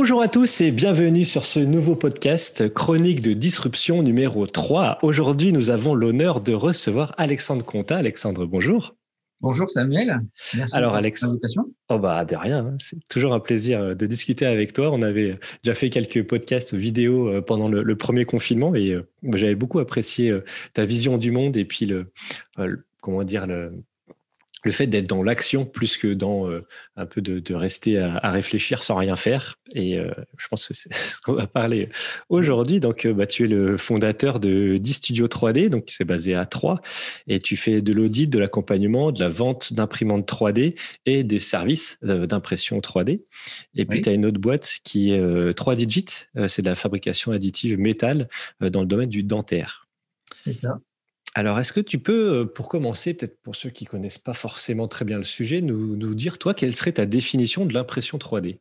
Bonjour à tous et bienvenue sur ce nouveau podcast Chronique de disruption numéro 3. Aujourd'hui, nous avons l'honneur de recevoir Alexandre Contat. Alexandre, bonjour. Bonjour Samuel, merci Alors pour Alex, l'invitation. oh bah de rien, hein. C'est toujours un plaisir de discuter avec toi. On avait déjà fait quelques podcasts vidéo pendant le premier confinement et j'avais beaucoup apprécié ta vision du monde et puis comment dire le fait d'être dans l'action plus que dans un peu de rester à réfléchir sans rien faire. Et je pense que c'est ce qu'on va parler aujourd'hui. Donc, tu es le fondateur de D-Studio 3D, donc c'est basé à Troyes, et tu fais de l'audit, de l'accompagnement, de la vente d'imprimantes 3D et des services d'impression 3D. Et puis, tu Oui, as une autre boîte qui est 3Digit, c'est de la fabrication additive métal dans le domaine du dentaire. c'est ça. Alors, est-ce que tu peux, pour commencer, peut-être pour ceux qui ne connaissent pas forcément très bien le sujet, nous dire, toi, quelle serait ta définition de l'impression 3D?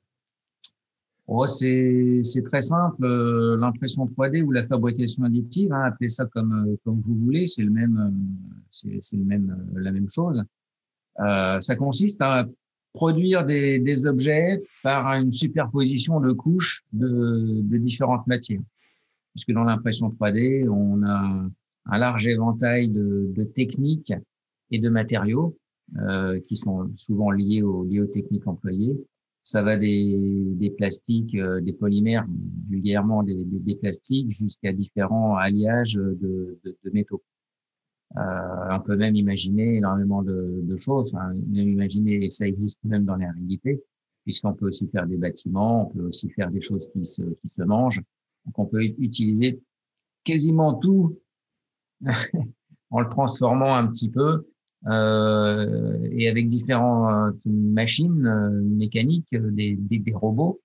C'est très simple. L'impression 3D ou la fabrication additive, hein, appelez ça comme vous voulez, c'est le même, c'est le même, la même chose. Ça consiste à produire des objets par une superposition de couches de différentes matières. Puisque dans l'impression 3D, on a un large éventail de techniques et de matériaux qui sont souvent liés aux techniques employées. Ça va des plastiques, des polymères, vulgairement des plastiques, jusqu'à différents alliages de métaux. On peut même imaginer énormément de choses, enfin, même imaginer, et ça existe même dans la réalité, puisqu'on peut aussi faire des bâtiments, on peut aussi faire des choses qui se mangent. Donc, on peut utiliser quasiment tout en le transformant un petit peu et avec différentes machines mécaniques, des robots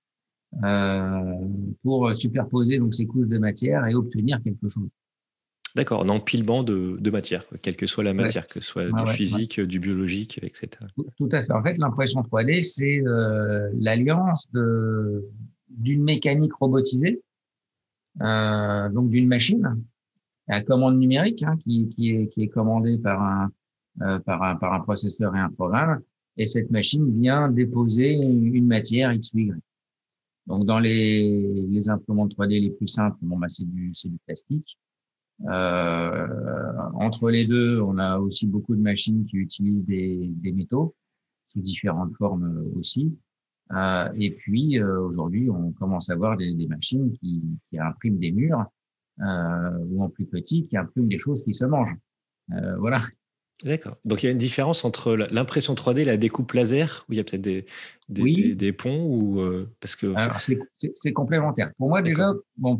pour superposer donc ces couches de matière et obtenir quelque chose. D'accord, en empilement de matière, quoi, quelle que soit la Ouais, matière, que ce soit ouais, du ouais, ouais. physique, du biologique, etc. Tout à fait. En fait, l'impression 3D, c'est l'alliance d'une mécanique robotisée, donc d'une machine à commande numérique, hein, qui est commandée par un processeur et un programme. Et cette machine vient déposer une matière X ou Y. Donc, dans les imprimantes 3D les plus simples, bon, bah, c'est du plastique. Entre les deux, on a aussi beaucoup de machines qui utilisent des métaux sous différentes formes aussi. Et puis, aujourd'hui, on commence à voir des machines qui impriment des murs ou en plus petit, qui impriment des choses qui se mangent. Voilà. D'accord. Donc, il y a une différence entre l'impression 3D et la découpe laser, où il y a peut-être Oui, des ponts, ou parce que... alors c'est complémentaire. Pour moi, déjà, D'accord. bon,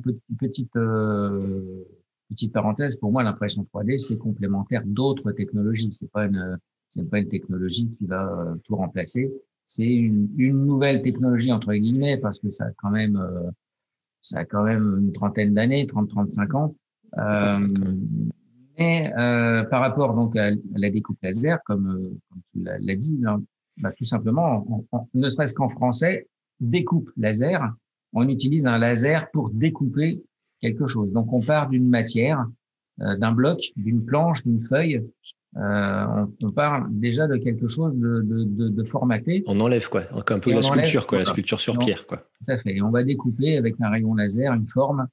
petite parenthèse, pour moi, l'impression 3D, c'est complémentaire d'autres technologies. C'est pas une technologie qui va tout remplacer. C'est une nouvelle technologie, entre guillemets, parce que ça a quand même une trentaine d'années, 35 ans. D'accord, Euh, ouais, quand même. mais par rapport donc à la découpe laser, comme tu l'as dit, hein, bah, tout simplement, ne serait-ce qu'en français, découpe laser, on utilise un laser pour découper quelque chose. Donc on part d'une matière, d'un bloc, d'une planche, d'une feuille. On part déjà de quelque chose de formaté On enlève, quoi, un peu et la on enlève, sculpture, quoi, la voilà. sculpture sur Non, pierre, quoi. tout à fait. Et on va découper avec un rayon laser une forme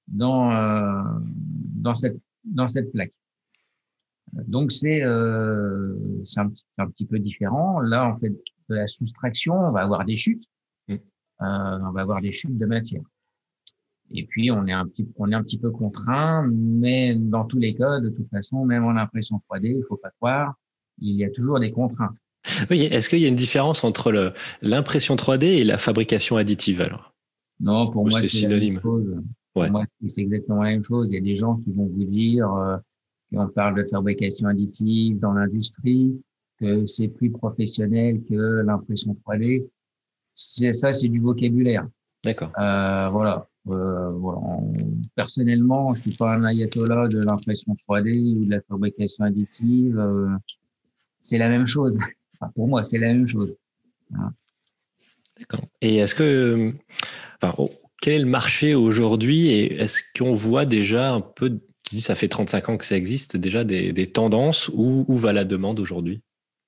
dans cette plaque. Donc c'est un petit peu différent. Là, on fait de la soustraction, on va avoir des chutes, Mm. on va avoir des chutes de matière. Et puis on est un petit peu contraint, mais dans tous les cas, de toute façon, même en impression 3D, il faut pas croire, il y a toujours des contraintes. Oui, est-ce qu'il y a une différence entre l'impression 3D et la fabrication additive, alors? Non, pour Ou moi, c'est c'est la même synonyme? chose. Pour Ouais. moi, c'est exactement la même chose. Il y a des gens qui vont vous dire qu'on parle de fabrication additive dans l'industrie, que c'est plus professionnel que l'impression 3D. C'est du vocabulaire. D'accord. Voilà. Personnellement, je suis pas un ayatollah de l'impression 3D ou de la fabrication additive. C'est la même chose. Enfin, pour moi, c'est la même chose. Voilà. D'accord. Et est-ce que, enfin, quel est le marché aujourd'hui et est-ce qu'on voit déjà un peu, tu dis ça fait 35 ans que ça existe, déjà des tendances, où va la demande aujourd'hui?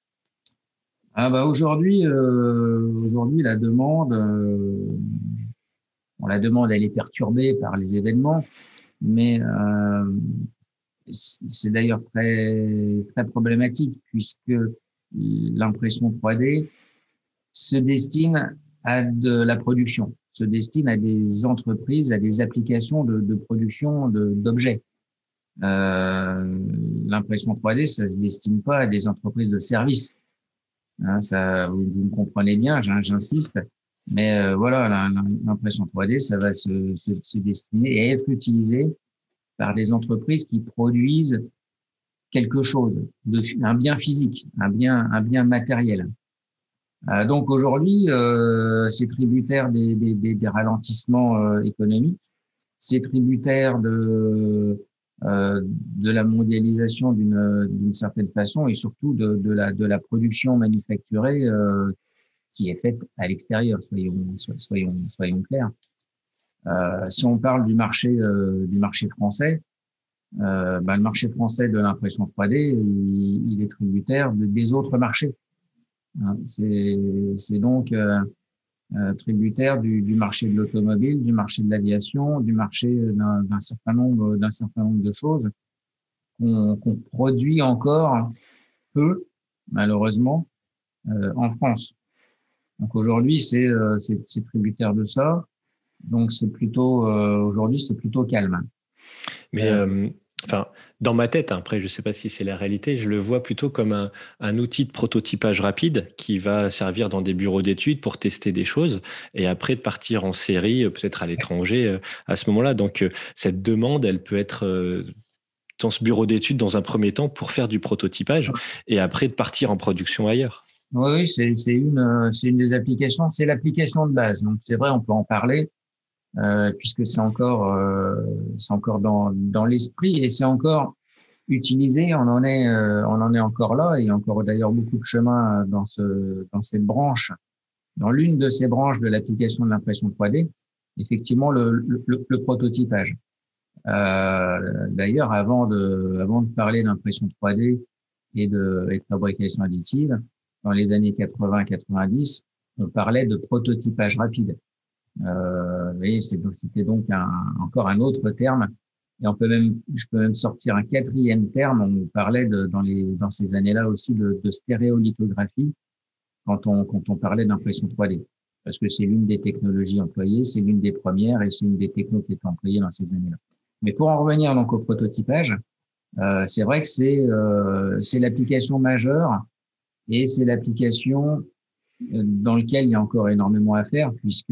Ah bah aujourd'hui la demande. Bon, la demande, elle est perturbée par les événements, mais c'est d'ailleurs très, très problématique puisque l'impression 3D se destine à de la production, se destine à des entreprises, à des applications de production d'objets. L'impression 3D, ça se destine pas à des entreprises de services. Hein, ça, vous me comprenez bien, j'insiste. Mais voilà, l'impression 3D, ça va se destiner et être utilisé par des entreprises qui produisent quelque chose, un bien physique, un bien matériel. Donc aujourd'hui, c'est tributaire des ralentissements économiques, c'est tributaire de la mondialisation d'une certaine façon et surtout de la production manufacturée qui est faite à l'extérieur. Soyons clairs. Si on parle du marché français, le marché français de l'impression 3D, il est tributaire des autres marchés. Hein, c'est donc tributaire du marché de l'automobile, du marché de l'aviation, du marché d'un certain nombre de choses qu'on produit encore peu, malheureusement, en France. Donc aujourd'hui, c'est tributaire de ça. Donc c'est plutôt aujourd'hui, c'est plutôt calme. Mais enfin, dans ma tête, hein, après, je ne sais pas si c'est la réalité, je le vois plutôt comme un outil de prototypage rapide qui va servir dans des bureaux d'études pour tester des choses et après de partir en série, peut-être à l'étranger à ce moment-là. Donc, cette demande, elle peut être dans ce bureau d'études dans un premier temps pour faire du prototypage et après de partir en production ailleurs. Oui, c'est une des applications, c'est l'application de base. Donc c'est vrai, on peut en parler puisque c'est encore dans l'esprit et c'est encore utilisé. On en est encore là. Et il y a encore d'ailleurs beaucoup de chemin dans cette branche, dans l'une de ces branches de l'application de l'impression 3D. Effectivement, le prototypage. D'ailleurs, avant de parler d'impression 3D et de fabrication additive, dans les années 80-90, on parlait de prototypage rapide. Et c'était donc encore un autre terme. Et je peux même sortir un quatrième terme. On parlait dans ces années-là aussi de stéréolithographie quand on parlait d'impression 3D. Parce que c'est l'une des technologies employées, c'est l'une des premières et c'est une des technos qui est employée dans ces années-là. Mais pour en revenir donc au prototypage, c'est vrai que c'est l'application majeure et c'est l'application dans laquelle il y a encore énormément à faire puisque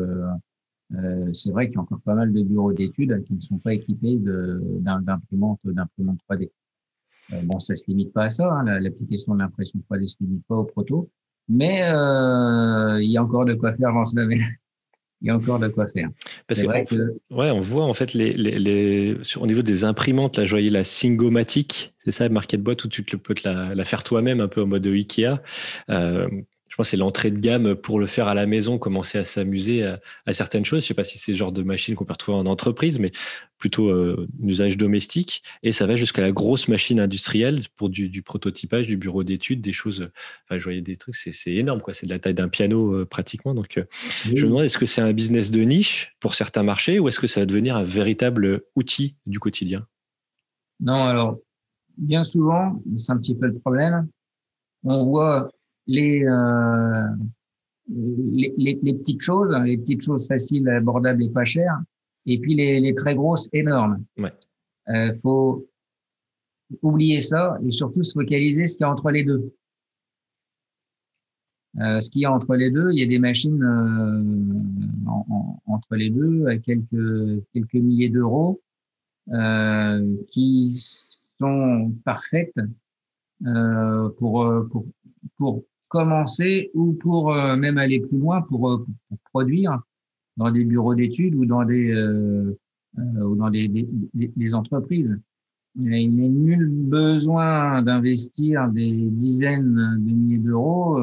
c'est vrai qu'il y a encore pas mal de bureaux d'études qui ne sont pas équipés d'imprimantes 3D. Bon, ça se limite pas à ça, hein, l'application de l'impression 3D se limite pas au proto, mais il y a encore de quoi faire dans ce domaine. Il y a encore de quoi faire. Parce ouais, on voit en fait au niveau des imprimantes, là, je voyais la Singomatic, c'est ça, marquée de boîte où tu peux te la faire toi-même, un peu en mode Ikea. Je pense que c'est l'entrée de gamme pour le faire à la maison, commencer à s'amuser à certaines choses. Je ne sais pas si c'est le genre de machine qu'on peut retrouver en entreprise, mais plutôt un usage domestique. Et ça va jusqu'à la grosse machine industrielle pour du prototypage, du bureau d'études, des choses. Enfin, je voyais des trucs, c'est énorme, quoi. C'est de la taille d'un piano pratiquement. Donc, Oui. je me demande, est-ce que c'est un business de niche pour certains marchés ou est-ce que ça va devenir un véritable outil du quotidien? Non, alors, bien souvent, c'est un petit peu le problème, on voit les petites choses faciles, abordables et pas chères, et puis les très grosses, énormes. Ouais. Faut oublier ça et surtout se focaliser ce qu'il y a entre les deux. Ce qu'il y a entre les deux, il y a des machines entre les deux à quelques milliers d'euros qui sont parfaites pour commencer ou pour même aller plus loin pour produire dans des bureaux d'études ou dans des entreprises. Il n'est nul besoin d'investir des dizaines de milliers d'euros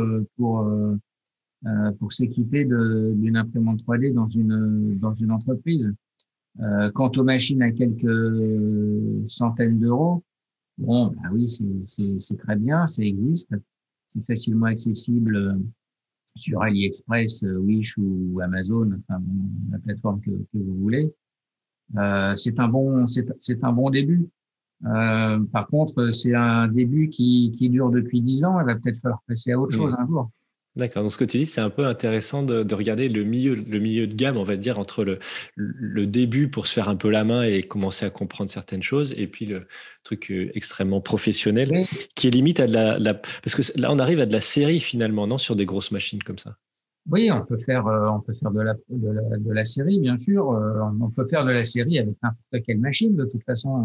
pour s'équiper d'une imprimante 3D dans une entreprise. Quant aux machines à quelques centaines d'euros, bon, bah oui, c'est très bien, ça existe, c'est facilement accessible sur AliExpress, Wish ou Amazon, enfin, la plateforme que vous voulez. C'est un bon début. Par contre, c'est un début qui dure depuis 10 ans. Il va peut-être falloir passer à autre chose un jour. D'accord. Donc, ce que tu dis, c'est un peu intéressant de regarder le milieu de gamme, on va dire, entre le début pour se faire un peu la main et commencer à comprendre certaines choses, et puis le truc extrêmement professionnel, Oui, qui est limite à parce que là, on arrive à de la série finalement, non, sur des grosses machines comme ça. oui, on peut faire de la série, bien sûr. On peut faire de la série avec n'importe quelle machine, de toute façon.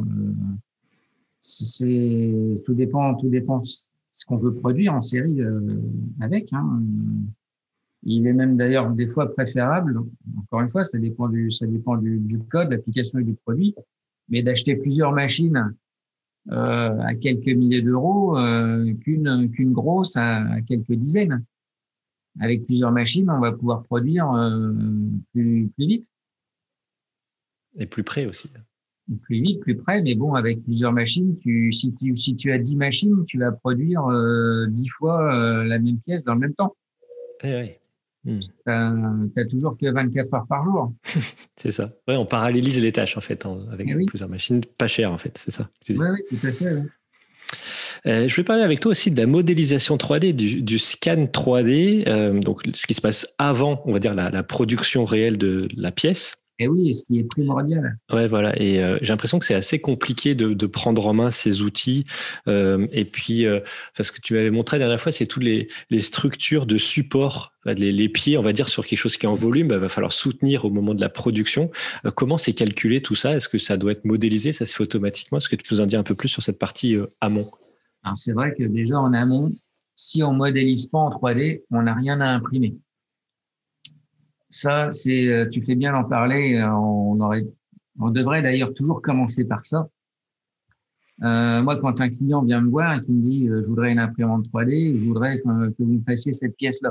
Tout dépend ce qu'on veut produire en série avec. Hein. Il est même d'ailleurs des fois préférable, encore une fois, ça dépend du code, l'application et du produit, mais d'acheter plusieurs machines à quelques milliers d'euros qu'une grosse à quelques dizaines. Avec plusieurs machines, on va pouvoir produire plus vite. Et plus près aussi. Plus vite, plus près, mais bon, avec plusieurs machines, si tu as 10 machines, tu vas produire 10 fois la même pièce dans le même temps. Ouais. T'as toujours que 24 heures par jour. C'est ça. Ouais, on parallélise les tâches en fait avec Oui, plusieurs machines, pas chères en fait, c'est ça que tu dis. oui, tout à fait. Oui. Je vais parler avec toi aussi de la modélisation 3D, du scan 3D, donc ce qui se passe avant, on va dire, la production réelle de la pièce. Et oui, ce qui est primordial. Ouais, voilà. Et j'ai l'impression que c'est assez compliqué de prendre en main ces outils. Et puis, ce que tu m'avais montré la dernière fois, c'est toutes les structures de support, les pieds, on va dire, sur quelque chose qui est en volume. Il va falloir soutenir au moment de la production. Comment c'est calculé tout ça? Est-ce que ça doit être modélisé? Ça se fait automatiquement? Est-ce que tu peux nous en dire un peu plus sur cette partie amont? Alors, c'est vrai que déjà en amont, si on modélise pas en 3D, on n'a rien à imprimer. Ça, tu fais bien d'en parler. On devrait d'ailleurs toujours commencer par ça. Moi, quand un client vient me voir et qui me dit je voudrais une imprimante 3D, je voudrais que vous me fassiez cette pièce-là.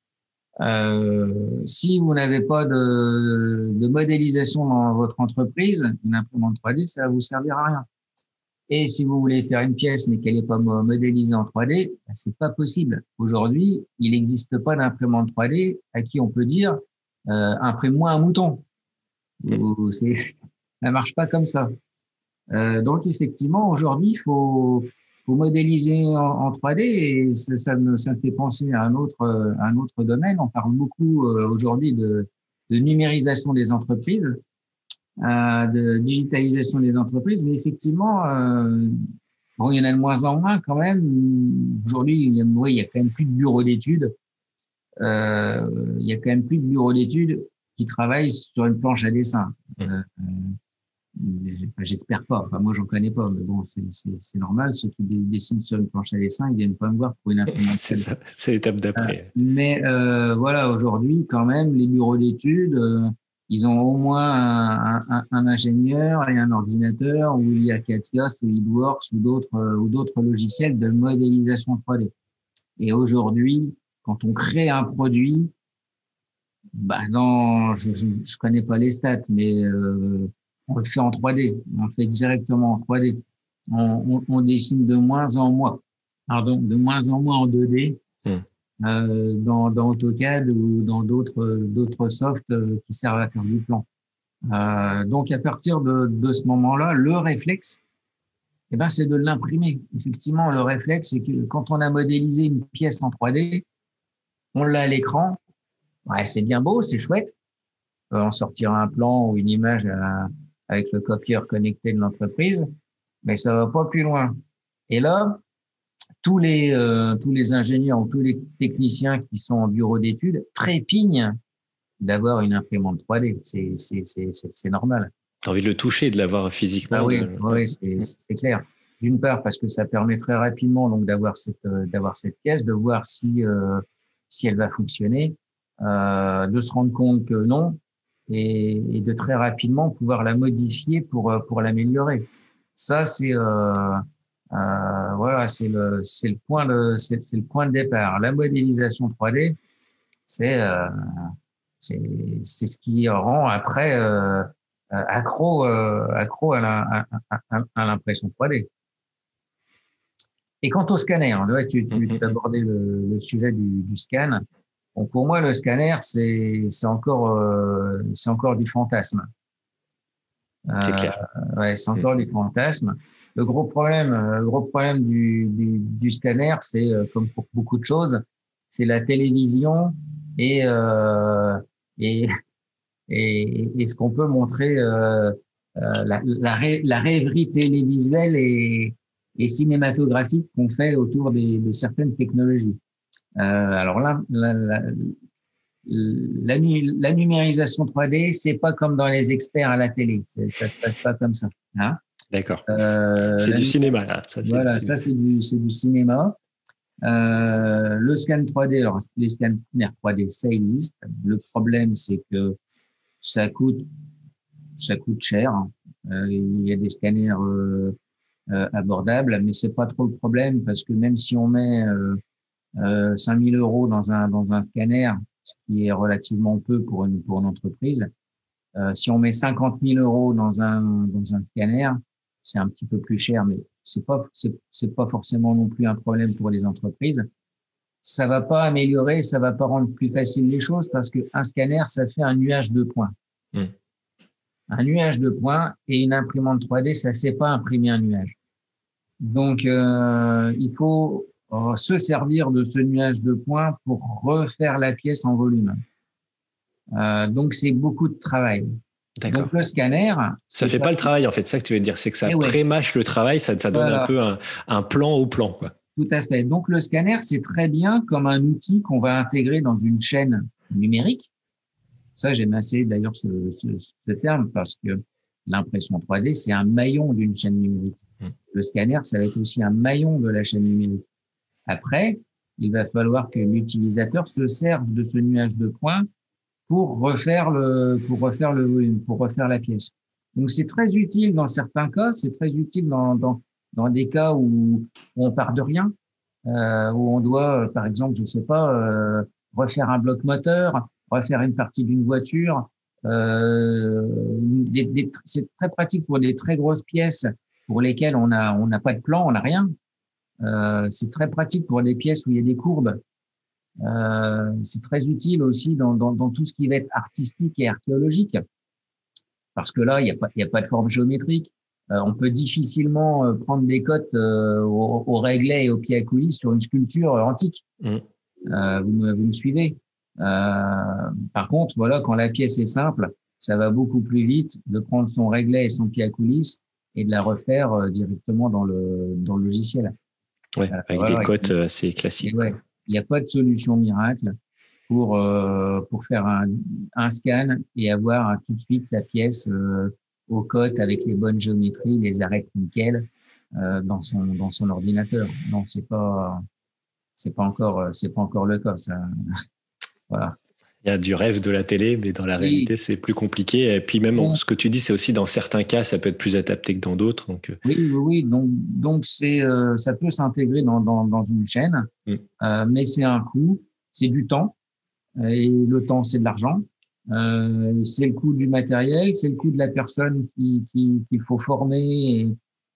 Si vous n'avez pas de modélisation dans votre entreprise, une imprimante 3D, ça va vous servir à rien. Et si vous voulez faire une pièce mais qu'elle n'est pas modélisée en 3D, ben, c'est pas possible. Aujourd'hui, il n'existe pas d'imprimante 3D à qui on peut dire imprime-moi un mouton. Ça marche pas comme ça. Donc effectivement, aujourd'hui, il faut modéliser en 3D et ça me fait penser à un autre domaine. On parle beaucoup aujourd'hui de numérisation des entreprises, de digitalisation des entreprises, mais effectivement, bon, il y en a de moins en moins quand même. Aujourd'hui, il y a quand même plus de bureaux d'études. Il y a quand même plus de bureaux d'études qui travaillent sur une planche à dessin. J'espère pas. Enfin, moi, j'en connais pas, mais bon, c'est normal. Ceux qui dessinent sur une planche à dessin, ils viennent pas me voir pour une imprimante. C'est ça, c'est l'étape d'après. Mais voilà, aujourd'hui, quand même, les bureaux d'études, ils ont au moins un ingénieur et un ordinateur où il y a CATIA, SolidWorks ou d'autres logiciels de modélisation 3D. Et aujourd'hui, quand on crée un produit, je connais pas les stats, mais on le fait en 3D. On le fait directement en 3D. On dessine de moins en moins. Pardon, de moins en moins en 2D. Dans AutoCAD ou dans d'autres softs qui servent à faire du plan. Donc à partir de ce moment-là, le réflexe, c'est de l'imprimer. Effectivement, le réflexe, c'est que quand on a modélisé une pièce en 3D, on l'a à l'écran. Ouais, c'est bien beau, c'est chouette. On sortira un plan ou une image avec le copieur connecté de l'entreprise, mais ça va pas plus loin. Et là, tous les ingénieurs ou tous les techniciens qui sont en bureau d'études trépignent d'avoir une imprimante 3D. C'est normal. T'as envie de le toucher, de l'avoir physiquement. Ah oui, c'est clair. D'une part, parce que ça permet très rapidement donc d'avoir cette pièce, de voir si elle va fonctionner, de se rendre compte que non, et de très rapidement pouvoir la modifier pour l'améliorer. Ça, voilà, c'est le point de départ. La modélisation 3D, c'est ce qui rend après accro à l'impression 3D. Et quant au scanner, là, tu abordais le sujet du scan. Bon, pour moi, le scanner, c'est encore du fantasme. C'est clair. Ouais, c'est encore du fantasme. Le gros problème du scanner, c'est comme pour beaucoup de choses, c'est la télévision et et et ce qu'on peut montrer, la rêverie télévisuelle et cinématographique qu'on fait autour de certaines technologies. Alors là, la numérisation 3D, c'est pas comme dans les experts à la télé. Ça se passe pas comme ça. Hein. D'accord. C'est du cinéma, là. Ça, voilà, ça c'est du cinéma. Le scan 3D, alors les scanners 3D, ça existe. Le problème, c'est que ça coûte cher. Il y a des scanners abordables, mais c'est pas trop le problème parce que même si on met 5 000 € dans un scanner, ce qui est relativement peu pour une entreprise, si on met 50 000 € dans un scanner, c'est un petit peu plus cher, mais c'est pas forcément non plus un problème pour les entreprises. Ça va pas améliorer, ça va pas rendre plus facile les choses parce que un scanner, ça fait un nuage de points. Un nuage de points et une imprimante 3D, ça sait pas imprimer un nuage. Donc, il faut se servir de ce nuage de points pour refaire la pièce en volume. Donc, c'est beaucoup de travail. D'accord. Donc, le scanner... Ça fait pas le travail, en fait. C'est ça que tu veux dire. C'est que ça pré-mâche le travail, ça donne un peu un plan au plan, quoi. Tout à fait. Donc, le scanner, c'est très bien comme un outil qu'on va intégrer dans une chaîne numérique. Ça, j'aime assez d'ailleurs ce terme parce que l'impression 3D, c'est un maillon d'une chaîne numérique. Le scanner, ça va être aussi un maillon de la chaîne numérique. Après, il va falloir que l'utilisateur se serve de ce nuage de points pour refaire le volume, pour refaire la pièce. Donc, c'est très utile dans certains cas, c'est très utile dans des cas où on part de rien, où on doit, par exemple, je sais pas, refaire un bloc moteur, refaire une partie d'une voiture. C'est très pratique pour des très grosses pièces pour lesquelles on n'a pas de plan, on n'a rien. C'est très pratique pour des pièces où il y a des courbes. C'est très utile aussi dans tout ce qui va être artistique et archéologique, parce que là, il y a pas de forme géométrique. On peut difficilement prendre des cotes au réglet et au pied à coulisse sur une sculpture antique. Vous me suivez. Par contre, voilà, quand la pièce est simple, ça va beaucoup plus vite de prendre son réglet et son pied à coulisse et de la refaire directement dans le logiciel. Ouais, avec des cotes assez classiques. Ouais, il n'y a pas de solution miracle pour faire un scan et avoir tout de suite la pièce aux cotes avec les bonnes géométries, les arêtes nickel dans son ordinateur. Non, c'est pas encore le cas, ça. Voilà. Il y a du rêve de la télé, mais dans la réalité, c'est plus compliqué. Et puis même, ce que tu dis, c'est aussi dans certains cas, ça peut être plus adapté que dans d'autres. Donc... Oui. Donc ça peut s'intégrer dans une chaîne, mais c'est un coût, c'est du temps. Et le temps, c'est de l'argent. C'est le coût du matériel, c'est le coût de la personne qu'il faut former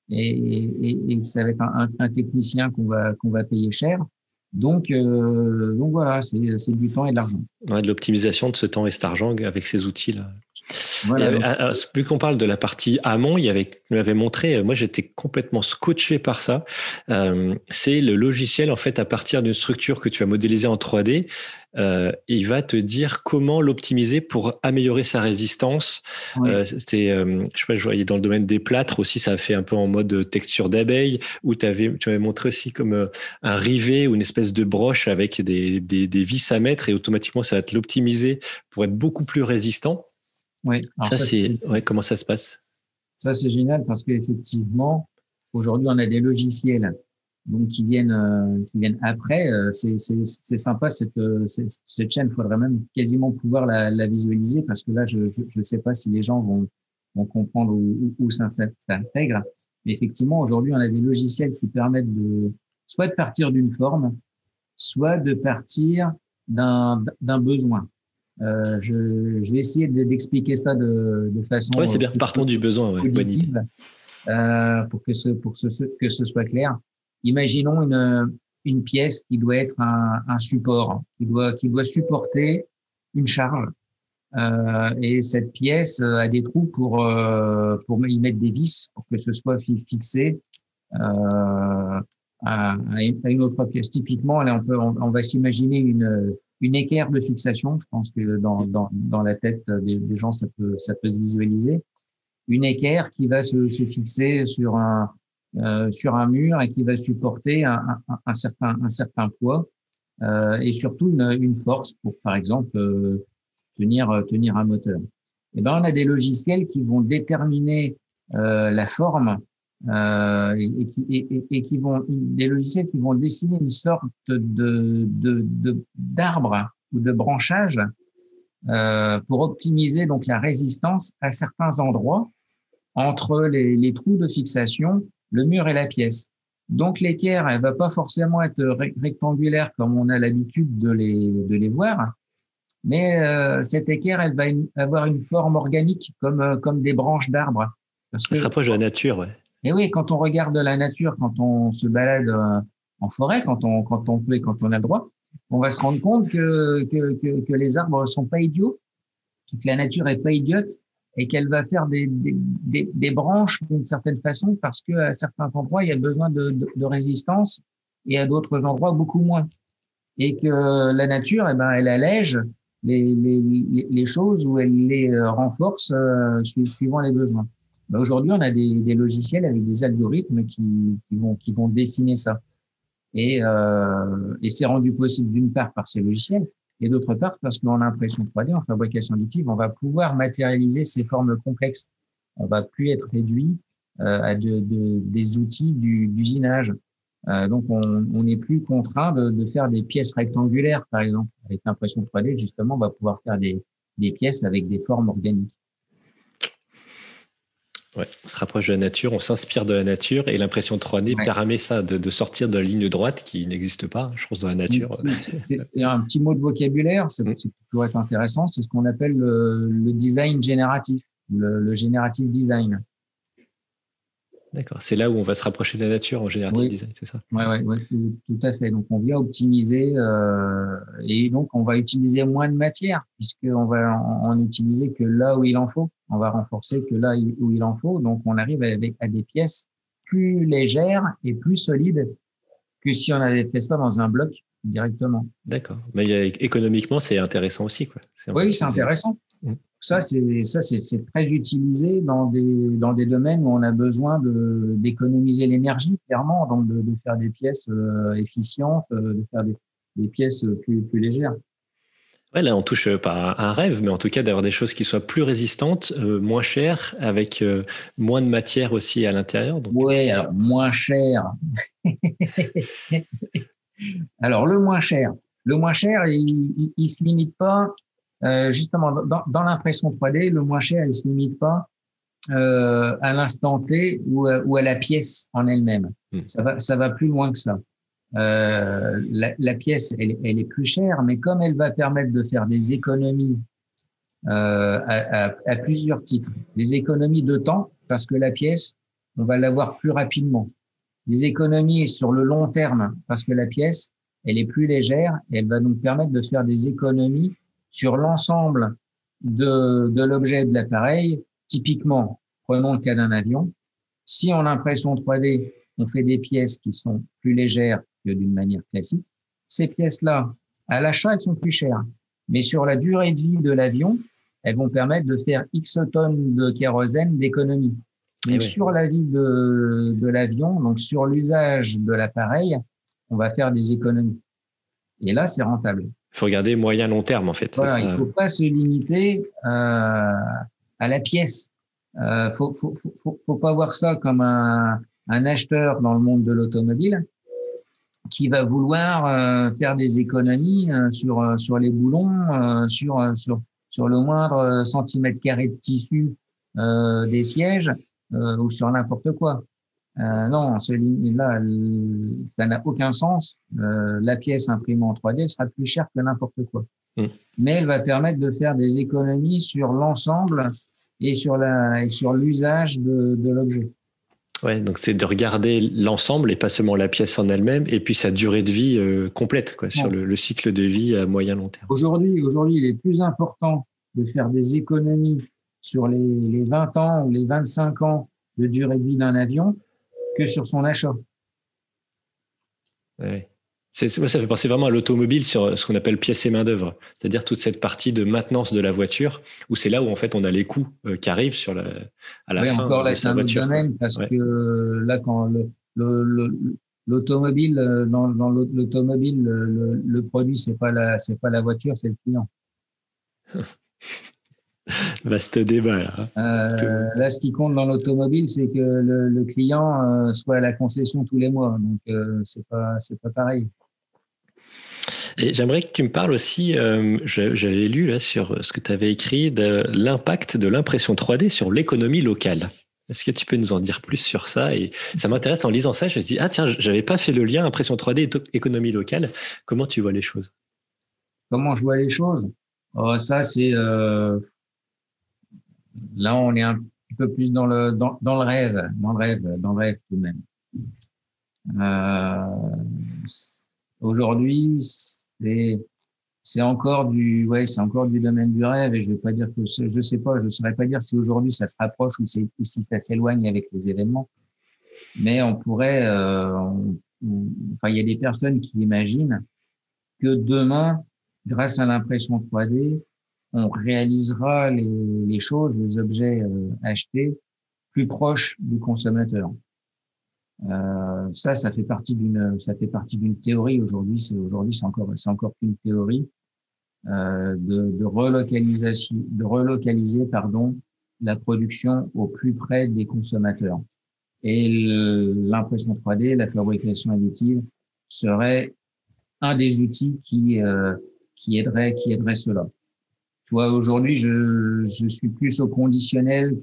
et ça va être un technicien qu'on va payer cher. Donc voilà, c'est du temps et de l'argent. Ouais, de l'optimisation de ce temps et cet argent avec ces outils-là. Voilà, Vu qu'on parle de la partie amont, il m'avait montré, moi j'étais complètement scotché par ça. C'est le logiciel, en fait, à partir d'une structure que tu as modélisée en 3D, il va te dire comment l'optimiser pour améliorer sa résistance. Oui. Je sais pas, je voyais dans le domaine des plâtres aussi, ça a fait un peu en mode texture d'abeille, où tu avais montré aussi comme un rivet ou une espèce de broche avec des vis à mettre et automatiquement ça va te l'optimiser pour être beaucoup plus résistant. Oui. Alors comment ça se passe? Ça, c'est génial parce qu'effectivement, aujourd'hui, on a des logiciels donc qui viennent après. C'est sympa cette chaîne. Il faudrait même quasiment pouvoir la visualiser parce que là, je sais pas si les gens vont comprendre où ça s'intègre. Mais effectivement, aujourd'hui, on a des logiciels qui permettent soit de partir d'une forme, soit de partir d'un besoin. Je vais essayer d'expliquer ça de façon c'est bien. Partons du besoin, auditive, pour que ce soit clair. Imaginons une pièce qui doit être un support, qui doit supporter une charge. Et cette pièce a des trous pour y mettre des vis pour que ce soit fixé à une autre pièce. Typiquement, là, on va s'imaginer une équerre de fixation. Je pense que dans la tête des gens, ça peut se visualiser. Une équerre qui va se fixer sur un mur et qui va supporter un certain poids et surtout une force pour, par exemple, tenir un moteur. Et ben, on a des logiciels qui vont déterminer la forme et qui vont des logiciels qui vont dessiner une sorte d'arbre ou de branchage pour optimiser donc la résistance à certains endroits entre les trous de fixation, le mur et la pièce. Donc l'équerre, elle va pas forcément être rectangulaire comme on a l'habitude de les voir, mais cette équerre, elle va avoir une forme organique comme des branches d'arbres. Ça se rapproche de la nature, ouais. Et oui, quand on regarde la nature, quand on se balade en forêt, quand on peut et quand on a le droit, on va se rendre compte que les arbres sont pas idiots, que la nature est pas idiote et qu'elle va faire des branches d'une certaine façon parce que à certains endroits il y a besoin de résistance et à d'autres endroits beaucoup moins. Et que la nature, eh ben, elle allège les choses ou elle les renforce suivant les besoins. Ben, aujourd'hui, on a des logiciels avec des algorithmes qui vont dessiner ça. Et c'est rendu possible d'une part par ces logiciels et d'autre part parce qu'en impression 3D, en fabrication additive, on va pouvoir matérialiser ces formes complexes. On va plus être réduit à des outils d'usinage. Donc, on n'est plus contraint de faire des pièces rectangulaires, par exemple. Avec l'impression 3D, justement, on va pouvoir faire des pièces avec des formes organiques. Ouais, on se rapproche de la nature, on s'inspire de la nature et l'impression 3D permet ça, de sortir de la ligne droite qui n'existe pas, je pense, dans la nature. Il y a un petit mot de vocabulaire, c'est toujours être intéressant, c'est ce qu'on appelle le design génératif, le générative design. D'accord, c'est là où on va se rapprocher de la nature en générative design, c'est ça? Oui, tout à fait. Donc, on vient optimiser et donc on va utiliser moins de matière puisqu'on va en utiliser que là où il en faut. On va renforcer que là où il en faut. Donc, on arrive à des pièces plus légères et plus solides que si on avait fait ça dans un bloc directement. D'accord. Mais économiquement, c'est intéressant aussi, quoi. Oui, c'est intéressant. Ça, c'est très utilisé dans des domaines où on a besoin d'économiser l'énergie, clairement, donc de faire des pièces efficientes, de faire des pièces plus légères. Ouais, là, on touche pas à un rêve, mais en tout cas, d'avoir des choses qui soient plus résistantes, moins chères, avec moins de matière aussi à l'intérieur. Donc... Oui, alors moins cher. Alors, le moins cher, il se limite pas. Justement, dans l'impression 3D, le moins cher, il se limite pas à l'instant T ou à la pièce en elle-même. Ça va plus loin que ça. La pièce, elle est plus chère, mais comme elle va permettre de faire des économies à plusieurs titres, des économies de temps, parce que la pièce, on va l'avoir plus rapidement. Des économies sur le long terme, parce que la pièce, elle est plus légère et elle va nous permettre de faire des économies sur l'ensemble de l'objet de l'appareil. Typiquement, prenons le cas d'un avion. Si en impression 3D, on fait des pièces qui sont plus légères que d'une manière classique, ces pièces-là, à l'achat, elles sont plus chères. Mais sur la durée de vie de l'avion, elles vont permettre de faire X tonnes de kérosène d'économie. Mais sur la vie de l'avion, donc sur l'usage de l'appareil, on va faire des économies. Et là, c'est rentable. Il faut regarder moyen-long terme, en fait. Voilà, il ne faut pas se limiter à la pièce. Faut pas voir ça comme un acheteur dans le monde de l'automobile qui va vouloir faire des économies sur les boulons, sur le moindre centimètre carré de tissu des sièges ou sur n'importe quoi. Non, là, ça n'a aucun sens. La pièce imprimée en 3D sera plus chère que n'importe quoi. Mais elle va permettre de faire des économies sur l'ensemble et sur l'usage de l'objet. Ouais, donc c'est de regarder l'ensemble et pas seulement la pièce en elle-même, et puis sa durée de vie complète, quoi, sur le cycle de vie à moyen long terme. Aujourd'hui, il est plus important de faire des économies sur les 20 ans ou les 25 ans de durée de vie d'un avion que sur son achat. Ouais. Moi, ça fait penser vraiment à l'automobile sur ce qu'on appelle pièces et main-d'œuvre, c'est-à-dire toute cette partie de maintenance de la voiture, où c'est là où en fait on a les coûts qui arrivent à la fin encore là, de c'est sa un autre voiture. domaine parce que là, quand l'automobile, dans l'automobile, le produit, c'est pas la voiture, c'est le client. Vaste débat là. Là, ce qui compte dans l'automobile, c'est que le client soit à la concession tous les mois. Donc, c'est pas pareil. Et j'aimerais que tu me parles aussi, j'avais lu là sur ce que tu avais écrit, de l'impact de l'impression 3D sur l'économie locale. Est-ce que tu peux nous en dire plus sur ça? Et ça m'intéresse en lisant ça, je me suis dit, ah tiens, j'avais pas fait le lien impression 3D et économie locale. Comment tu vois les choses? Comment je vois les choses? Ça, c'est là, on est un petit peu plus dans le rêve, dans le rêve tout de même. Aujourd'hui, c'est encore c'est encore du domaine du rêve, et je vais pas dire que je sais pas, je saurais pas dire si aujourd'hui ça se rapproche ou si ça s'éloigne avec les événements. Mais on pourrait, enfin, il y a des personnes qui imaginent que demain, grâce à l'impression 3D, on réalisera les choses, les objets achetés plus proches du consommateur. Ça fait partie d'une théorie aujourd'hui. C'est encore qu'une théorie de relocaliser, la production au plus près des consommateurs. Et l'impression 3D, la fabrication additive serait un des outils qui aiderait cela. Tu vois, aujourd'hui, je suis plus au conditionnel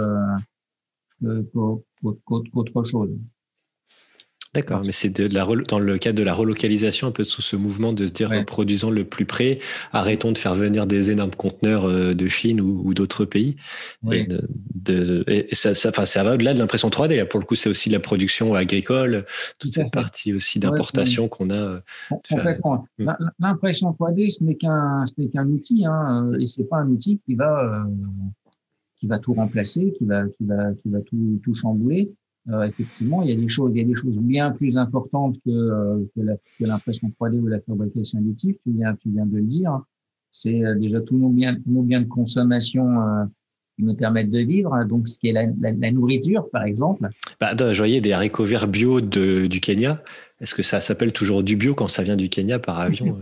qu'autre chose. D'accord, mais c'est dans le cadre de la relocalisation, un peu sous ce mouvement de se dire produisons le plus près, arrêtons de faire venir des énormes conteneurs de Chine ou d'autres pays. Oui. Et ça va au-delà de l'impression 3D. Pour le coup, c'est aussi la production agricole, toute cette partie aussi d'importation qu'on a. Complètement. L'impression 3D, ce n'est qu'un outil, hein, et c'est pas un outil qui va tout remplacer, qui va tout chambouler. Effectivement, il y a des choses bien plus importantes que l'impression 3D ou la fabrication additive. Tu viens de le dire. C'est déjà tous nos biens de consommation qui nous permettent de vivre. Donc, ce qui est la nourriture, par exemple. Je voyais des haricots verts bio du Kenya. Est-ce que ça s'appelle toujours du bio quand ça vient du Kenya par avion?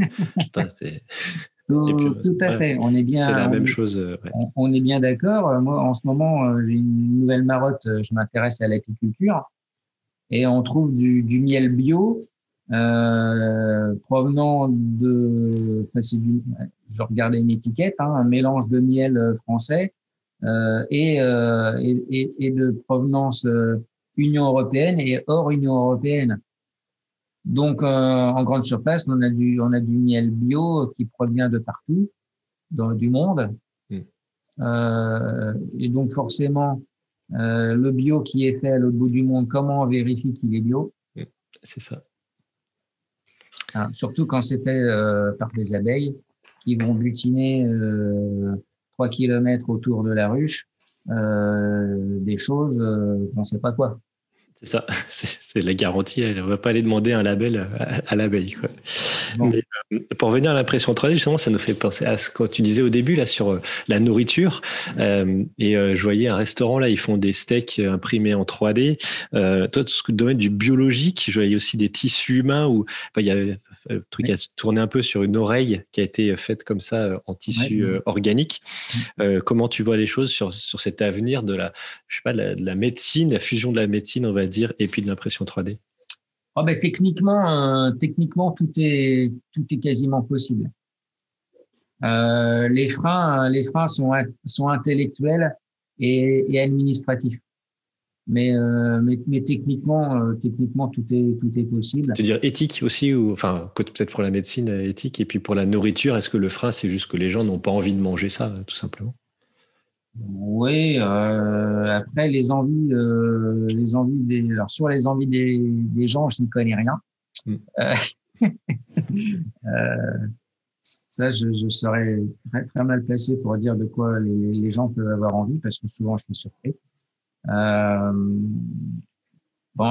Tout à fait. On est bien. C'est la même chose. On est bien d'accord. Moi, en ce moment, j'ai une nouvelle marotte. Je m'intéresse à l'apiculture et on trouve du miel bio provenant de. Enfin, je regardais une étiquette, hein, un mélange de miel français et de provenance Union européenne et hors Union européenne. Donc, en grande surface, on a du miel bio qui provient de partout du monde. Et donc, forcément, le bio qui est fait à l'autre bout du monde, comment on vérifie qu'il est bio? C'est ça. Hein, surtout quand c'est fait par des abeilles qui vont butiner 3 kilomètres autour de la ruche des choses on ne sait pas quoi. C'est ça, c'est la garantie. On ne va pas aller demander un label à l'abeille, quoi. Bon. Mais pour revenir à l'impression 3D, justement, ça nous fait penser à ce que tu disais au début là sur la nourriture. Je voyais un restaurant là, ils font des steaks imprimés en 3D. Toi, tout ce domaine du biologique, je voyais aussi des tissus humains où il y a un truc à tourner un peu sur une oreille qui a été faite comme ça en tissu organique. Comment tu vois les choses sur cet avenir de la médecine, la fusion de la médecine, on va dire, et puis de l'impression 3D? Techniquement, tout est quasiment possible. Les freins sont intellectuels et administratifs. Mais techniquement, tout est possible. Tu veux dire éthique aussi, ou enfin peut-être pour la médecine éthique, et puis pour la nourriture, est-ce que le frein c'est juste que les gens n'ont pas envie de manger ça, tout simplement? Oui, après alors sur les envies des gens, je n'y connais rien. Mm. Euh, euh, Ça, je serais très, très mal placé pour dire de quoi les gens peuvent avoir envie, parce que souvent je suis surpris. Euh, bon,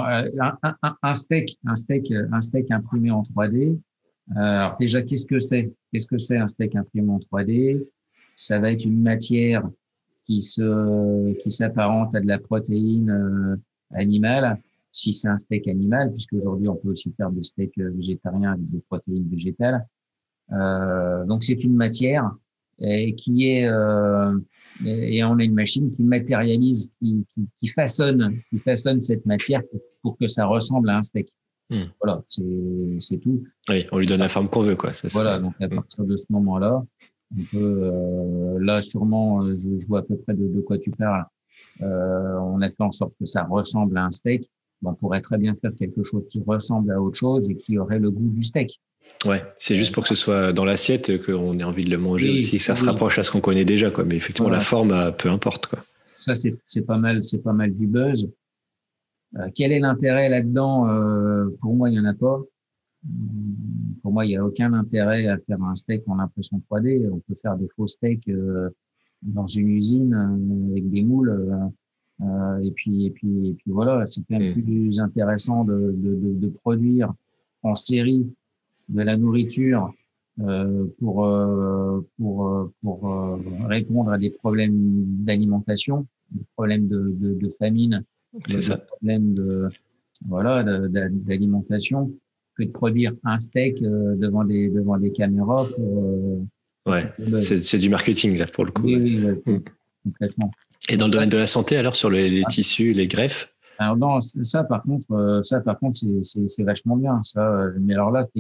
un steak imprimé en 3D. Alors déjà, qu'est-ce que c'est? Qu'est-ce que c'est un steak imprimé en 3D? Ça va être une matière qui s'apparente à de la protéine animale, si c'est un steak animal, puisque aujourd'hui on peut aussi faire des steaks végétariens avec des protéines végétales. Donc c'est une matière qui est et on a une machine qui matérialise, qui façonne cette matière pour que ça ressemble à un steak. Mm. Voilà, c'est tout. Oui, on lui donne la forme qu'on veut, quoi. Ça Voilà, serait... donc à Mm. partir de ce moment-là, on peut là sûrement, je vois à peu près de quoi tu parles. On a fait en sorte que ça ressemble à un steak. Bon, on pourrait très bien faire quelque chose qui ressemble à autre chose et qui aurait le goût du steak. Ouais, c'est juste pour que ce soit dans l'assiette qu'on ait envie de le manger Oui, aussi, que ça se oui, rapproche à ce qu'on connaît déjà, quoi. Mais effectivement, la voilà. forme, peu importe, quoi. Ça, c'est pas mal du buzz. Quel est l'intérêt là-dedans? Pour moi, il y en a pas. Pour moi, il n'y a aucun intérêt à faire un steak en impression 3D. On peut faire des faux steaks dans une usine avec des moules. Et puis voilà, c'est quand même Mm. plus intéressant de produire en série de la nourriture répondre à des problèmes d'alimentation, des problèmes de famine, C'est des ça. problèmes d'alimentation, que de produire un steak devant des caméras pour Ouais, faire le buzz. c'est du marketing, là, pour le coup. Oui, Ouais. oui, ouais, Mm. complètement. Et dans Donc le ça, domaine de la santé, alors, sur les tissus, les greffes? alors non, ça par contre, c'est vachement bien. Ça, mais alors là,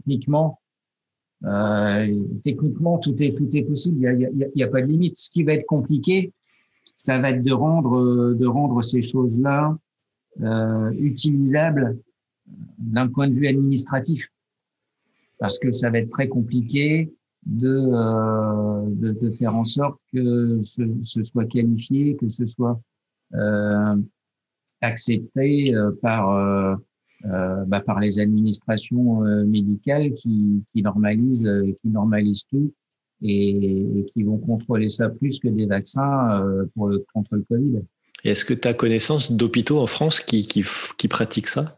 techniquement, tout est possible. Il y a pas de limite. Ce qui va être compliqué, ça va être de rendre ces choses-là utilisables d'un point de vue administratif, parce que ça va être très compliqué de faire en sorte que ce soit qualifié, que ce soit euh, accepté par les administrations médicales qui normalisent tout et qui vont contrôler ça plus que des vaccins contre le Covid. Et est-ce que tu as connaissance d'hôpitaux en France qui pratiquent ça?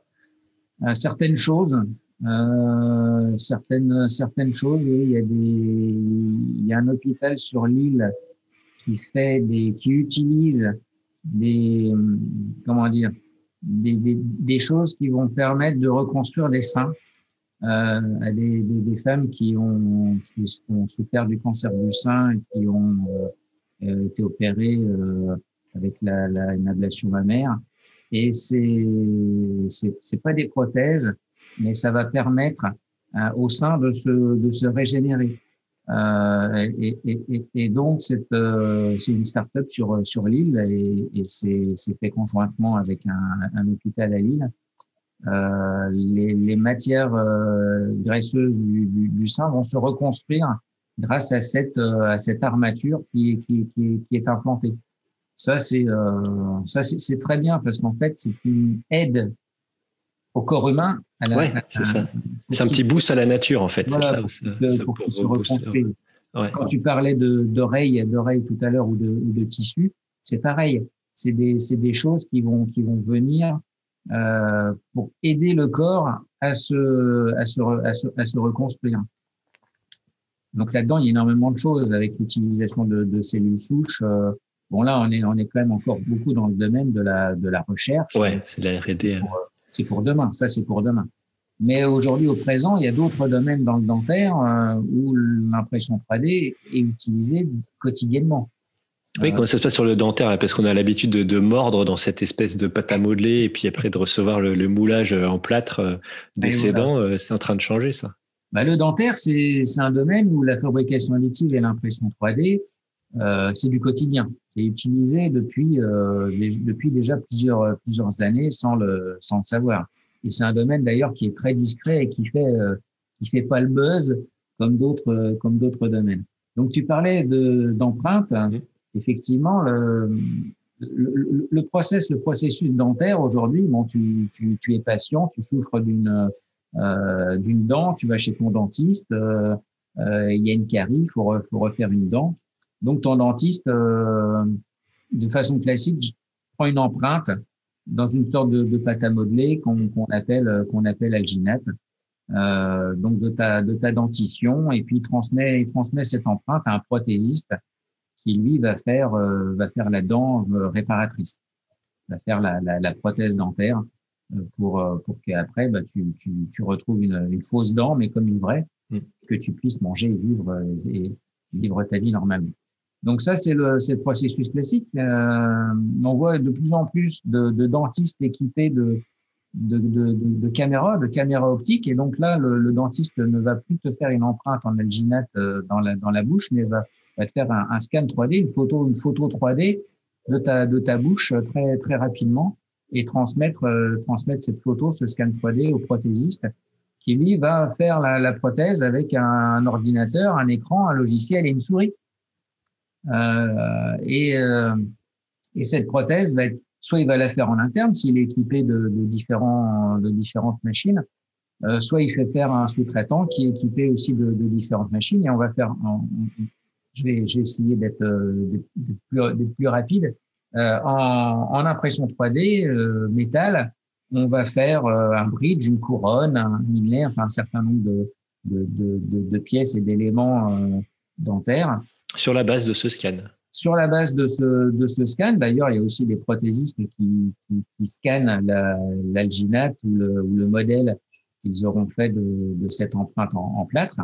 Certaines choses, oui, il y a un hôpital sur l'île qui utilise des, comment dire, des choses qui vont permettre de reconstruire des seins à des femmes qui ont souffert du cancer du sein et qui ont été opérées avec une ablation mammaire. Et c'est pas des prothèses, mais ça va permettre au sein de se régénérer. Et donc c'est une start-up sur l'île et c'est fait conjointement avec un hôpital à Lille. Les matières graisseuses du sein vont se reconstruire grâce à cette armature qui est implantée. C'est très bien parce qu'en fait c'est une aide au corps humain Ouais, c'est ça. C'est un petit boost à la nature, en fait. C'est voilà ça, pour pour qu'il se rebooster. reconstruise. Ouais. Quand tu parlais d'oreilles tout à l'heure ou de tissus, c'est pareil. C'est des choses qui vont venir pour aider le corps à se reconstruire. Donc là-dedans, il y a énormément de choses avec l'utilisation de cellules souches. Bon là, on est quand même encore beaucoup dans le domaine de la recherche. Ouais, c'est de la R&D. C'est pour demain. Ça, c'est pour demain. Mais aujourd'hui, au présent, il y a d'autres domaines dans le dentaire où l'impression 3D est utilisée quotidiennement. Oui, comment ça se passe sur le dentaire, là, parce qu'on a l'habitude de mordre dans cette espèce de pâte à modeler et puis après de recevoir le moulage en plâtre de ses dents. C'est en train de changer, ça. Bah, le dentaire, c'est un domaine où la fabrication additive et l'impression 3D, c'est du quotidien. C'est utilisé depuis déjà plusieurs années sans le savoir. Et c'est un domaine d'ailleurs qui est très discret et qui fait pas le buzz comme d'autres domaines. Donc tu parlais d'empreintes. effectivement, le processus dentaire aujourd'hui, bon, tu es patient, tu souffres d'une dent, tu vas chez ton dentiste, il y a une carie, il faut refaire une dent. Donc ton dentiste, de façon classique, prend une empreinte dans une sorte de pâte à modeler qu'on appelle alginate, donc de ta dentition, et puis il transmet cette empreinte à un prothésiste qui lui va faire la dent réparatrice, va faire la prothèse dentaire pour qu'après tu retrouves une fausse dent mais comme une vraie, que tu puisses manger et vivre ta vie normalement. Donc ça c'est le processus classique. On voit de plus en plus de dentistes équipés de caméras optiques, et donc là le dentiste ne va plus te faire une empreinte en alginate dans la bouche, mais va te faire un scan 3D, une photo 3D de ta bouche très très rapidement, et transmettre cette photo, ce scan 3D au prothésiste, qui lui va faire la prothèse avec un ordinateur, un écran, un logiciel et une souris. Et cette prothèse va être, soit il va la faire en interne s'il est équipé de différentes machines, soit il fait faire un sous-traitant qui est équipé aussi de différentes machines, et on va faire, j'ai essayé d'être plus rapide, en impression 3D métal, on va faire un bridge, une couronne, un inlay, enfin un certain nombre de pièces et d'éléments dentaires. Sur la base de ce scan. Sur la base de ce scan, d'ailleurs, il y a aussi des prothésistes qui scannent l'alginate ou le modèle qu'ils auront fait de cette empreinte en plâtre,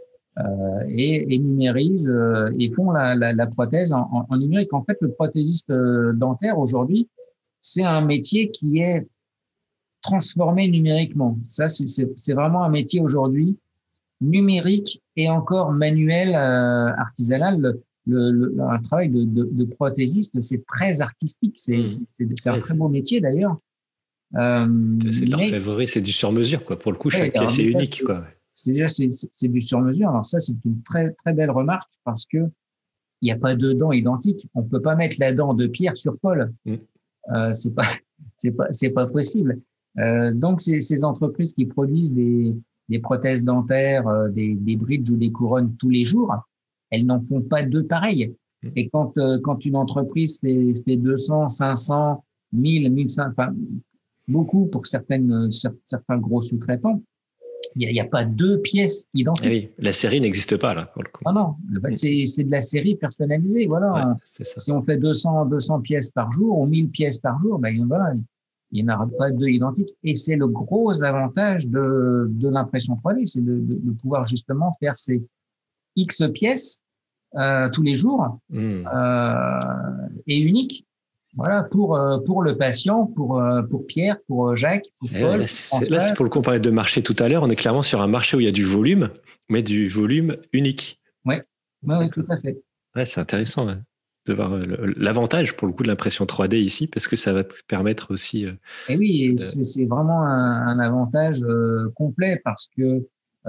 et numérisent et font la prothèse en numérique. En fait, le prothésiste dentaire aujourd'hui, c'est un métier qui est transformé numériquement. Ça, c'est vraiment un métier aujourd'hui numérique et encore manuel, artisanal. Un travail de prothésiste, c'est très artistique. C'est un très beau métier d'ailleurs. C'est de l'orfèvrerie, c'est du sur-mesure, quoi. Pour le coup, chaque pièce est unique, quoi. C'est du sur-mesure. Alors ça, c'est une très très belle remarque, parce que il n'y a pas deux dents identiques. On peut pas mettre la dent de Pierre sur Paul. C'est pas possible. Donc ces entreprises qui produisent des prothèses dentaires, des bridges ou des couronnes tous les jours, elles n'en font pas deux pareilles. Et quand une entreprise fait 200, 500, 1000, 1500, enfin, beaucoup pour certains gros sous-traitants, il y a pas deux pièces identiques. Oui, la série n'existe pas, là, pour le coup. Non, c'est de la série personnalisée, voilà. Ouais, c'est ça. Si on fait 200 pièces par jour ou 1000 pièces par jour, voilà, il n'y en aura pas deux identiques. Et c'est le gros avantage de l'impression 3D, c'est de pouvoir justement faire ces X pièces tous les jours, et uniques. Voilà, pour le patient, pour Pierre, pour Jacques, pour Paul. Là, c'est pour le coup, on parlait de marché tout à l'heure. On est clairement sur un marché où il y a du volume, mais du volume unique. Oui, tout à fait. Ouais, c'est intéressant de voir l'avantage pour le coup de l'impression 3D ici, parce que ça va te permettre aussi. Et oui, c'est vraiment un avantage complet, parce que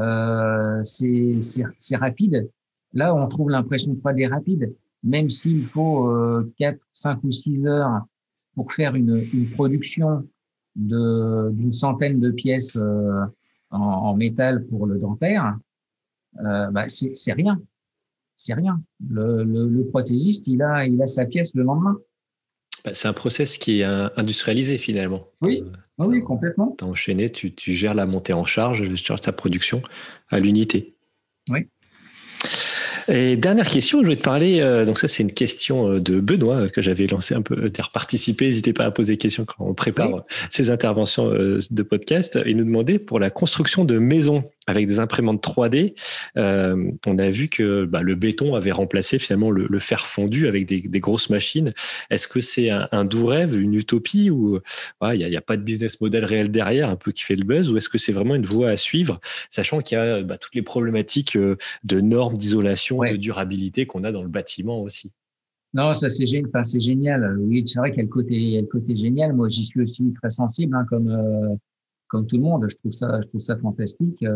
c'est rapide. Là, on trouve l'impression 3D rapide, même s'il faut 4, 5 ou 6 heures pour faire une production d'une centaine de pièces en métal pour le dentaire, c'est rien. C'est rien. Le prothésiste, il a sa pièce le lendemain. C'est un process qui est industrialisé finalement. Oui, oui, complètement. T'as enchaîné, tu gères la montée en charge, tu charges ta production à l'unité. Oui. Et dernière question, je vais te parler, donc ça c'est une question de Benoît que j'avais lancé un peu, participer, n'hésitez pas à poser des questions quand on prépare ces interventions de podcast. Il nous demandait pour la construction de maisons avec des imprimantes 3D, on a vu que le béton avait remplacé finalement le fer fondu avec des grosses machines. Est-ce que c'est un doux rêve, une utopie, ou il n'y a pas de business model réel derrière, un peu qui fait le buzz, ou est-ce que c'est vraiment une voie à suivre, sachant qu'il y a toutes les problématiques de normes, d'isolation, de durabilité qu'on a dans le bâtiment aussi? Non, ça c'est génial. Enfin, c'est génial. Oui, c'est vrai qu'il y a le côté génial. Moi, j'y suis aussi très sensible, comme tout le monde. Je trouve ça fantastique.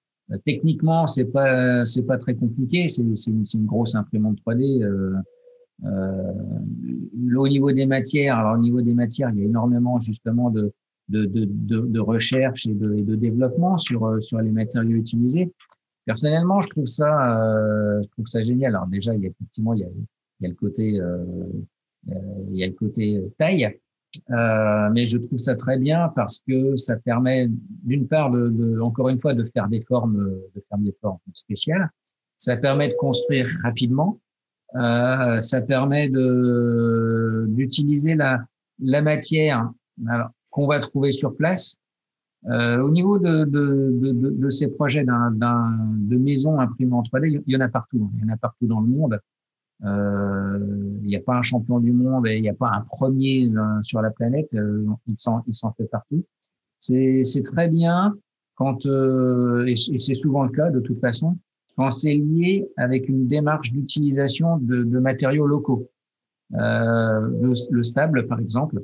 Techniquement, c'est pas très compliqué. C'est une grosse imprimante 3D Au niveau des matières, alors au niveau des matières, il y a énormément justement de recherche et de développement sur les matériaux utilisés. Personnellement, je trouve ça génial. Alors déjà, il y a le côté, il y a le côté taille, mais je trouve ça très bien parce que ça permet d'une part encore une fois de faire des formes spéciales. Ça permet de construire rapidement. Ça permet d'utiliser la matière alors, qu'on va trouver sur place. Au niveau de ces projets de maison imprimée en 3D, il y en a partout. Il y en a partout dans le monde. Il n'y a pas un champion du monde et il n'y a pas un premier sur la planète. Il s'en fait partout. C'est très bien quand et c'est souvent le cas de toute façon quand c'est lié avec une démarche d'utilisation de matériaux locaux. Le sable, par exemple,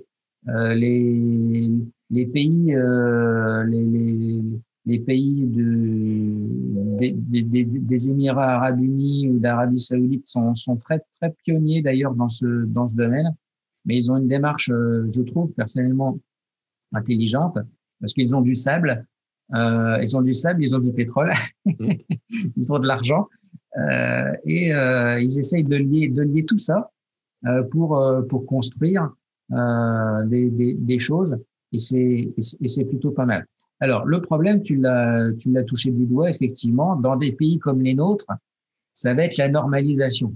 les pays les pays des Émirats arabes unis ou d'Arabie saoudite sont très très pionniers d'ailleurs dans ce domaine, mais ils ont une démarche, je trouve personnellement intelligente parce qu'ils ont du sable, ils ont du pétrole, ils ont de l'argent ils essayent de lier tout ça pour construire des choses et c'est plutôt pas mal. Alors le problème, tu l'as touché du doigt effectivement, dans des pays comme les nôtres, ça va être la normalisation.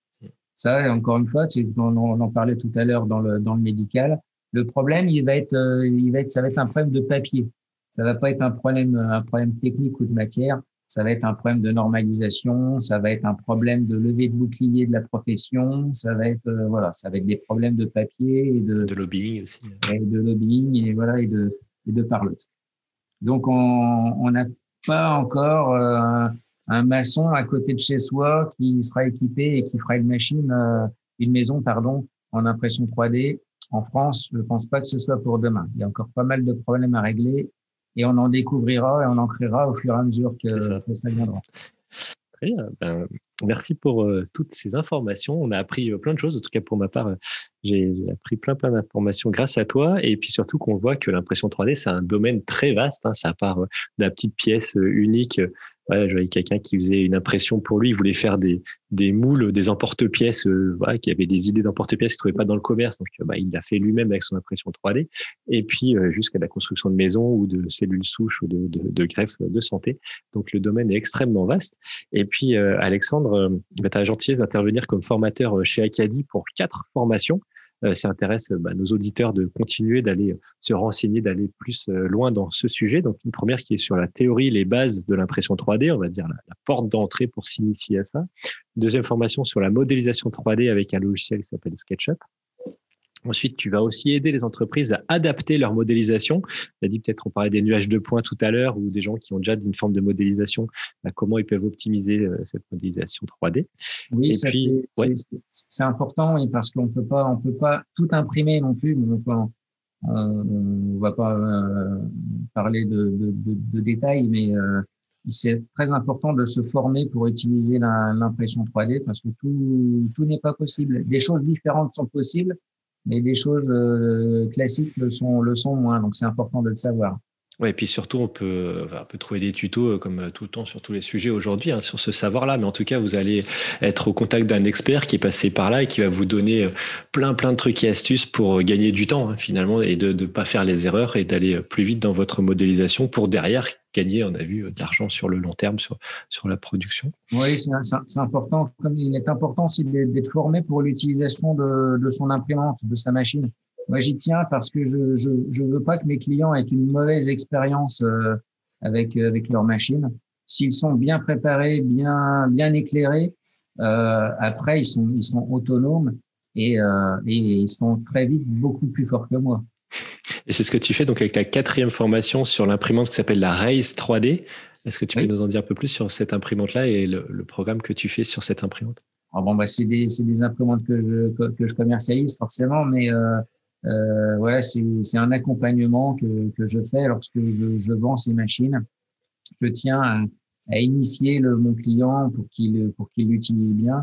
Ça, encore une fois, on en parlait tout à l'heure dans le médical. Le problème, ça va être un problème de papier. Ça va pas être un problème technique ou de matière. Ça va être un problème de normalisation. Ça va être un problème de levée de bouclier de la profession. Ça va être ça va être des problèmes de papier et de lobbying aussi. Et de lobbying et de parlotte. Donc on n'a pas encore un maçon à côté de chez soi qui sera équipé et qui fera une maison en impression 3D. En France, je ne pense pas que ce soit pour demain. Il y a encore pas mal de problèmes à régler et on en découvrira et on en créera au fur et à mesure que ça viendra. Très bien. Ben, merci pour toutes ces informations. On a appris plein de choses. En tout cas, pour ma part, j'ai appris plein d'informations grâce à toi. Et puis surtout qu'on voit que l'impression 3D, c'est un domaine très vaste. Hein. Ça part de la petite pièce unique. Ouais, je voyais quelqu'un qui faisait une impression pour lui. Il voulait faire des moules, des emporte-pièces, qui avait des idées d'emporte-pièces qu'il ne trouvait pas dans le commerce. Donc, il l'a fait lui-même avec son impression 3D. Et puis, jusqu'à la construction de maisons ou de cellules souches ou de greffes de santé. Donc, le domaine est extrêmement vaste. Et puis, Alexandre, tu as la gentillesse d'intervenir comme formateur chez Acadie pour 4 formations. Ça intéresse nos auditeurs de continuer d'aller se renseigner, d'aller plus loin dans ce sujet. Donc, une première qui est sur la théorie, les bases de l'impression 3D, on va dire la porte d'entrée pour s'initier à ça. Une deuxième formation sur la modélisation 3D avec un logiciel qui s'appelle SketchUp. Ensuite, tu vas aussi aider les entreprises à adapter leur modélisation. Tu as dit peut-être, on parlait des nuages de points tout à l'heure ou des gens qui ont déjà une forme de modélisation, comment ils peuvent optimiser cette modélisation 3D. Oui, c'est important parce qu'on peut pas tout imprimer non plus. On va pas parler de détails, mais c'est très important de se former pour utiliser l'impression 3D parce que tout n'est pas possible. Des choses différentes sont possibles, mais des choses classiques le sont moins. Donc c'est important de le savoir. Ouais, et puis surtout, on peut trouver des tutos comme tout le temps sur tous les sujets aujourd'hui sur ce savoir-là. Mais en tout cas, vous allez être au contact d'un expert qui est passé par là et qui va vous donner plein de trucs et astuces pour gagner du temps finalement et de pas faire les erreurs et d'aller plus vite dans votre modélisation pour derrière gagner, on a vu, de l'argent sur le long terme sur la production. Oui, c'est important. Comme il est important aussi d'être formé pour l'utilisation de son imprimante, de sa machine. Moi, j'y tiens parce que je veux pas que mes clients aient une mauvaise expérience avec leur machine. S'ils sont bien préparés, bien éclairés, après ils sont autonomes et ils sont très vite beaucoup plus forts que moi. Et c'est ce que tu fais donc avec la 4e formation sur l'imprimante qui s'appelle la Raise 3D. Est-ce que tu peux nous en dire un peu plus sur cette imprimante-là et le programme que tu fais sur cette imprimante? Alors bon, c'est des imprimantes que je commercialise forcément, mais c'est un accompagnement que je fais lorsque je vends ces machines. Je tiens à initier mon client pour qu'il l'utilise bien.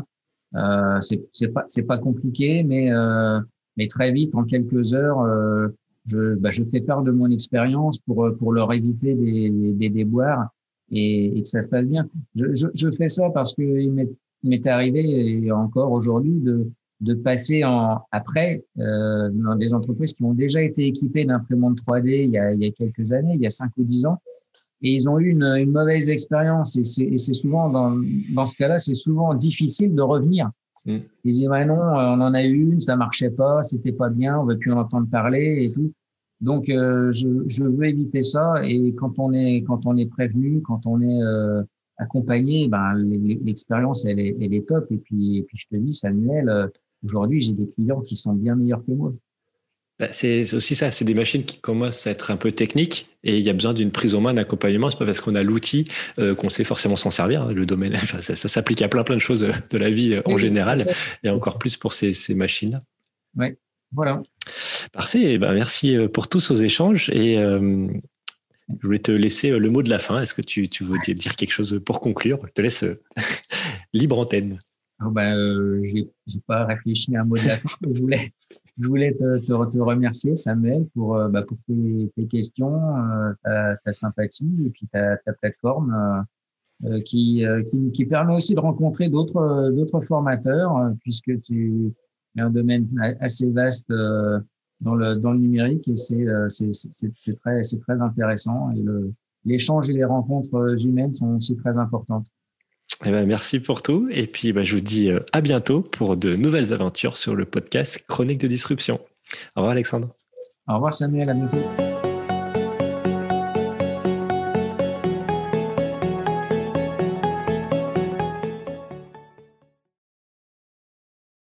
C'est pas compliqué, mais très vite, en quelques heures, je fais part de mon expérience pour leur éviter des déboires et que ça se passe bien. Je fais ça parce que il m'est arrivé, et encore aujourd'hui, de passer après dans des entreprises qui ont déjà été équipées d'imprimantes 3D il y a quelques années, il y a 5 ou 10 ans, et ils ont eu une mauvaise expérience. Et c'est souvent dans ce cas-là, c'est souvent difficile de revenir. Ils disent ouais, non, on en a eu une, ça marchait pas, c'était pas bien, on veut plus en entendre parler et tout. Donc je veux éviter ça. Et quand on est prévenu, quand on est accompagné, ben l'expérience elle est top. Et puis je te dis, Samuel, aujourd'hui j'ai des clients qui sont bien meilleurs que moi. Bah, c'est aussi ça, c'est des machines qui commencent à être un peu techniques et il y a besoin d'une prise en main, d'accompagnement. C'est pas parce qu'on a l'outil qu'on sait forcément s'en servir, hein. Le domaine, enfin, ça s'applique à plein de choses de la vie en général et encore plus pour ces machines-là. Ouais, voilà. Parfait. Ben, merci pour tous ces échanges et je voulais te laisser le mot de la fin. Est-ce que tu veux dire quelque chose pour conclure? Je te laisse libre antenne. Oh ben, j'ai pas réfléchi à un mot de la fin. Je voulais te remercier, Samuel, pour tes questions, ta sympathie et puis ta plateforme qui permet aussi de rencontrer d'autres formateurs, puisque tu es un domaine assez vaste dans le numérique et c'est très intéressant et l'échange et les rencontres humaines sont aussi très importantes. Eh ben, merci pour tout. Et puis, je vous dis à bientôt pour de nouvelles aventures sur le podcast Chronique de Disruption. Au revoir, Alexandre. Au revoir, Samuel. À bientôt.